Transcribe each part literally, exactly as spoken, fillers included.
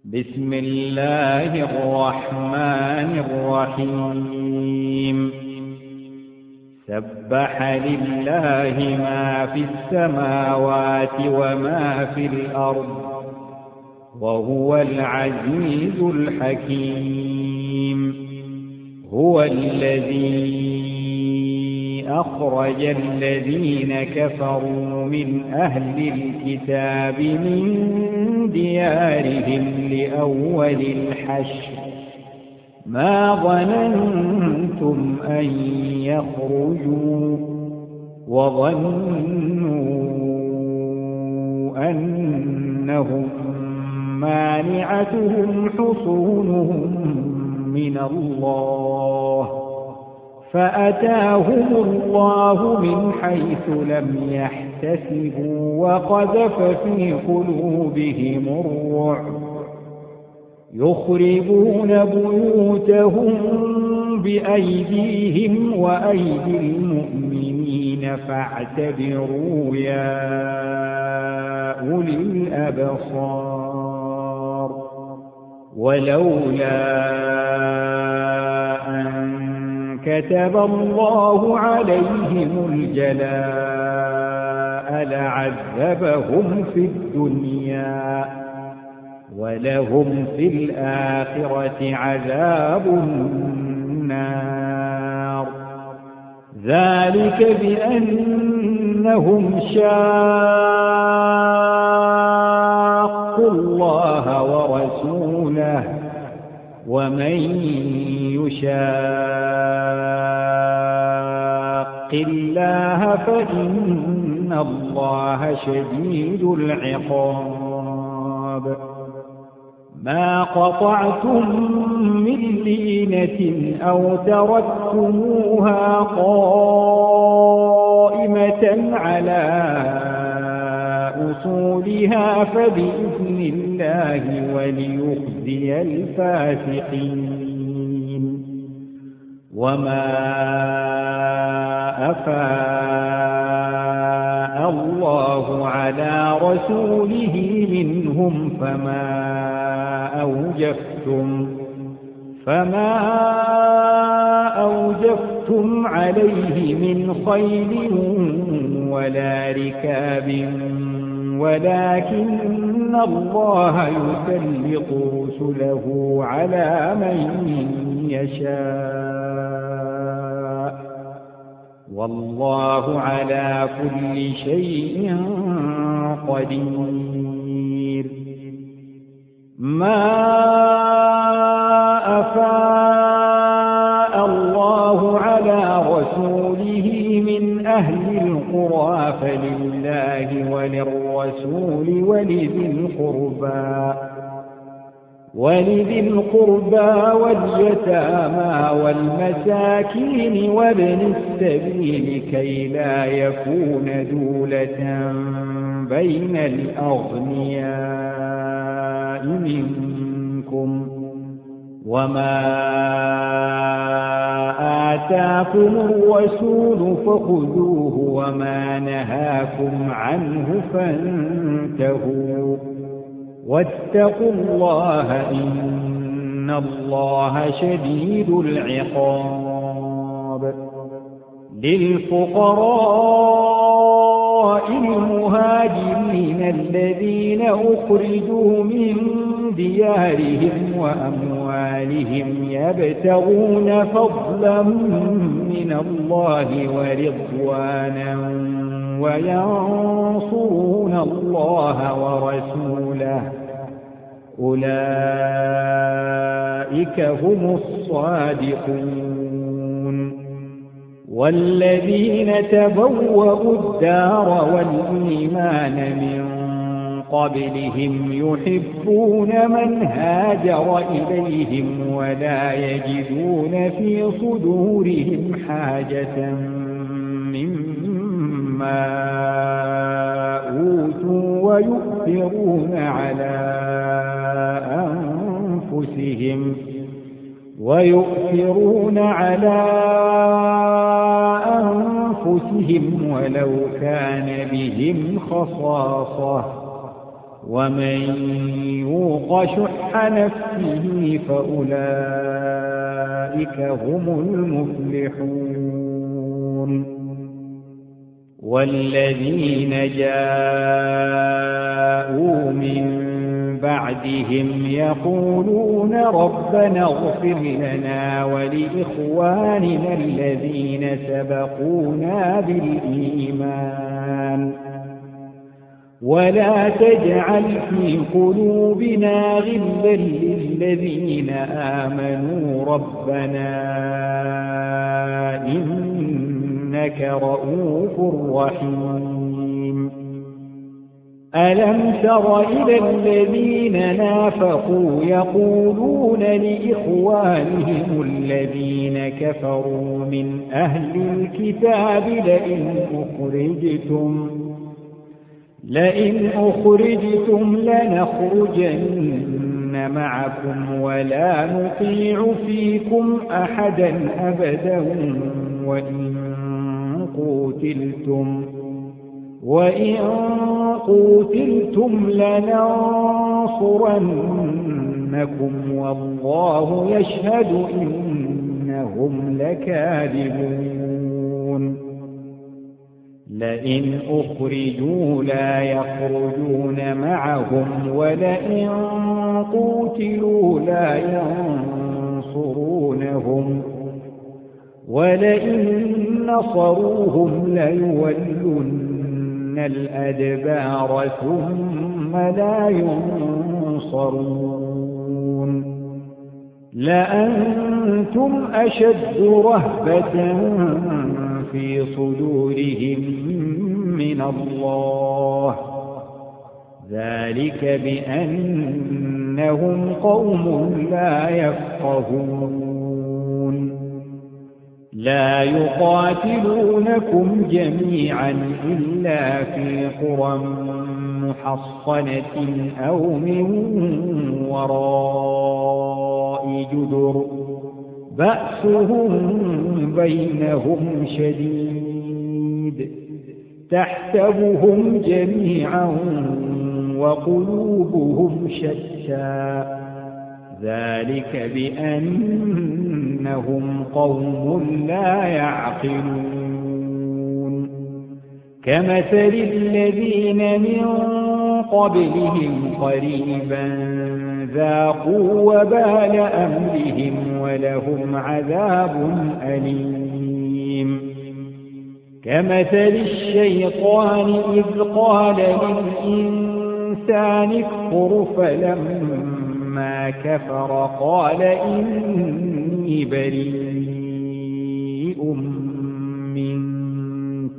بسم الله الرحمن الرحيم سبح لله ما في السماوات وما في الأرض وهو العزيز الحكيم هو الذي أخرج الذين كفروا من أهل الكتاب من ديارهم لأول الحشر ما ظننتم أن يخرجوا وظنوا أنهم مانعتهم حصونهم من الله فأتاهم الله من حيث لم يحتسبوا وقذف في قلوبهم الرعب يخربون بيوتهم بأيديهم وأيدي المؤمنين فاعتبروا يا أولي الأبصار ولولا أن كتب الله عليهم الجلاء لعذبهم في الدنيا ولهم في الآخرة عذاب النار ذلك بأنهم شاقوا الله ورسوله ومن يشاق الله فإن الله شديد العقاب ما قطعتم من لينة أو تركتموها قائمة على أصولها فبإذن الله وليخزي الفاسقين وما أفاء الله على رسوله منهم فما أوجفتم فما أوجفتم عليه من خيل ولا ركاب ولكن الله يسلط رسله على من يشاء والله على كل شيء قدير ما أفاء الله على رسوله من أهل القرى فلله وللرسول ولذي القربى ولذي القربى واليتامى والمساكين وابن السبيل كي لا يكون دولة بين الأغنياء منكم وما آتاكم الرسول فخذوه وما نهاكم عنه فانتهوا واتقوا الله إن الله شديد العقاب للفقراء المهاجرين الذين أخرجوا من ديارهم وأموالهم يبتغون فضلا من الله ورضوانا وينصرون الله ورسوله أولئك هم الصادقون والذين تبوأوا الدار والإيمان من قبلهم يحبون من هاجر إليهم ولا يجدون في صدورهم حاجة مما أوتوا ويؤثرون على أنفسهم ويؤثرون على أنفسهم ولو كان بهم خصاصة ومن يوق شح نفسه فأولئك هم المفلحون والذين جاءوا من بعدهم يقولون ربنا اغفر لنا ولإخواننا الذين سبقونا بالإيمان ولا تجعل في قلوبنا غلا للذين آمنوا ربنا إنك رؤوف رحيم ألم تر إلى الذين نافقوا يقولون لإخوانهم الذين كفروا من أهل الكتاب لئن أخرجتم لئن أخرجتم لنخرجن معكم ولا نطيع فيكم أحدا أبدا وإن قتلتم وإن قتلتم لننصرنكم والله يشهد إنهم لكاذبون لئن أخرجوا لا يخرجون معهم ولئن قتلوا لا ينصرونهم ولئن نصروهم ليولن الأدبار ثم لا ينصرون لأنتم أشد رهبة في صدورهم من الله ذلك بأنهم قوم لا يفقهون لا يقاتلونكم جميعا إلا في قرى محصنة أو من وراء جدر بأسهم بينهم شديد تحسبهم جميعا وقلوبهم شتى ذلك بأنهم قوم لا يعقلون كمثل الذين من قبلهم قريبا ذاقوا وبال أمرهم ولهم عذاب أليم كمثل الشيطان إذ قال للإنسان اكفر فلما كفر قال إني بريء منك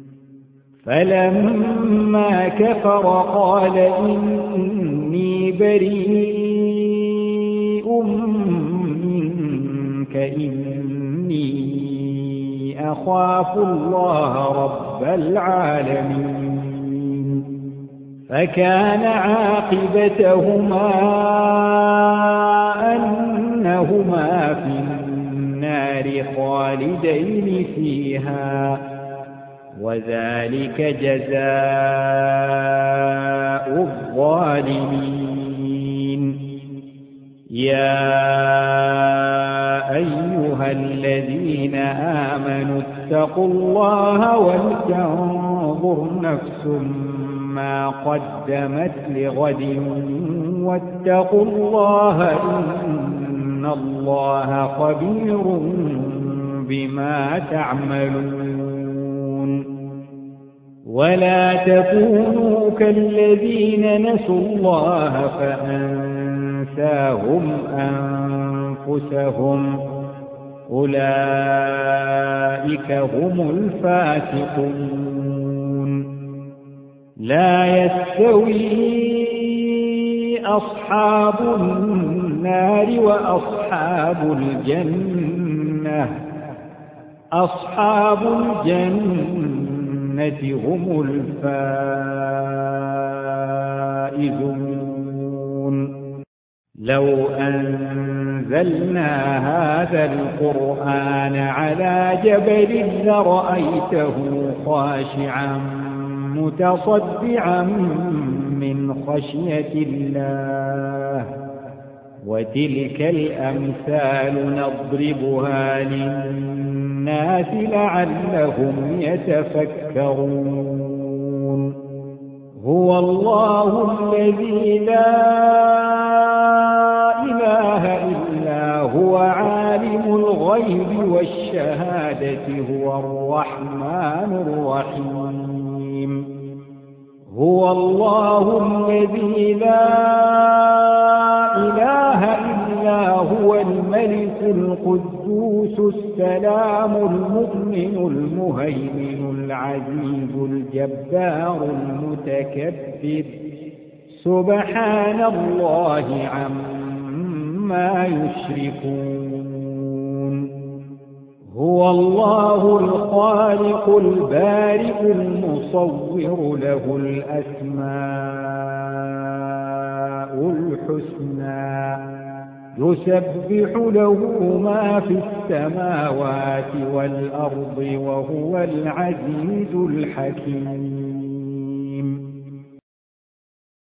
فلما كفر قال إني بريء منك إني أخاف الله رب العالمين فكان عاقبتهما أنهما في النار خالدين فيها وذلك جزاء الظالمين يا أيها الذين آمنوا اتقوا الله ولتنظر نفس ما قدمت لغد واتقوا الله إن الله خبير بما تعملون ولا تكونوا كالذين نسوا الله فأنساهم أنفسهم أولئك هم الفاسقون لا يستوي أصحاب النار وأصحاب الجنة أصحاب الجنة هم الفائزون لو أنزلنا هذا القرآن على جبل لرأيته خاشعا متصدعا من خشية الله وتلك الأمثال نضربها للناس لعلهم يتفكرون هو الله الذي لا إله إلا هو عالم الغيب والشهادة هو الرحمن الرحيم هو الله الذي لا إله إلا هو الملك القدوس السلام المؤمن المهيمن العزيز الجبار المتكبر سبحان الله عما يشركون هو الله الخالق البارئ المصور له الأسماء الحسنى يسبح له ما في السماوات والأرض وهو العزيز الحكيم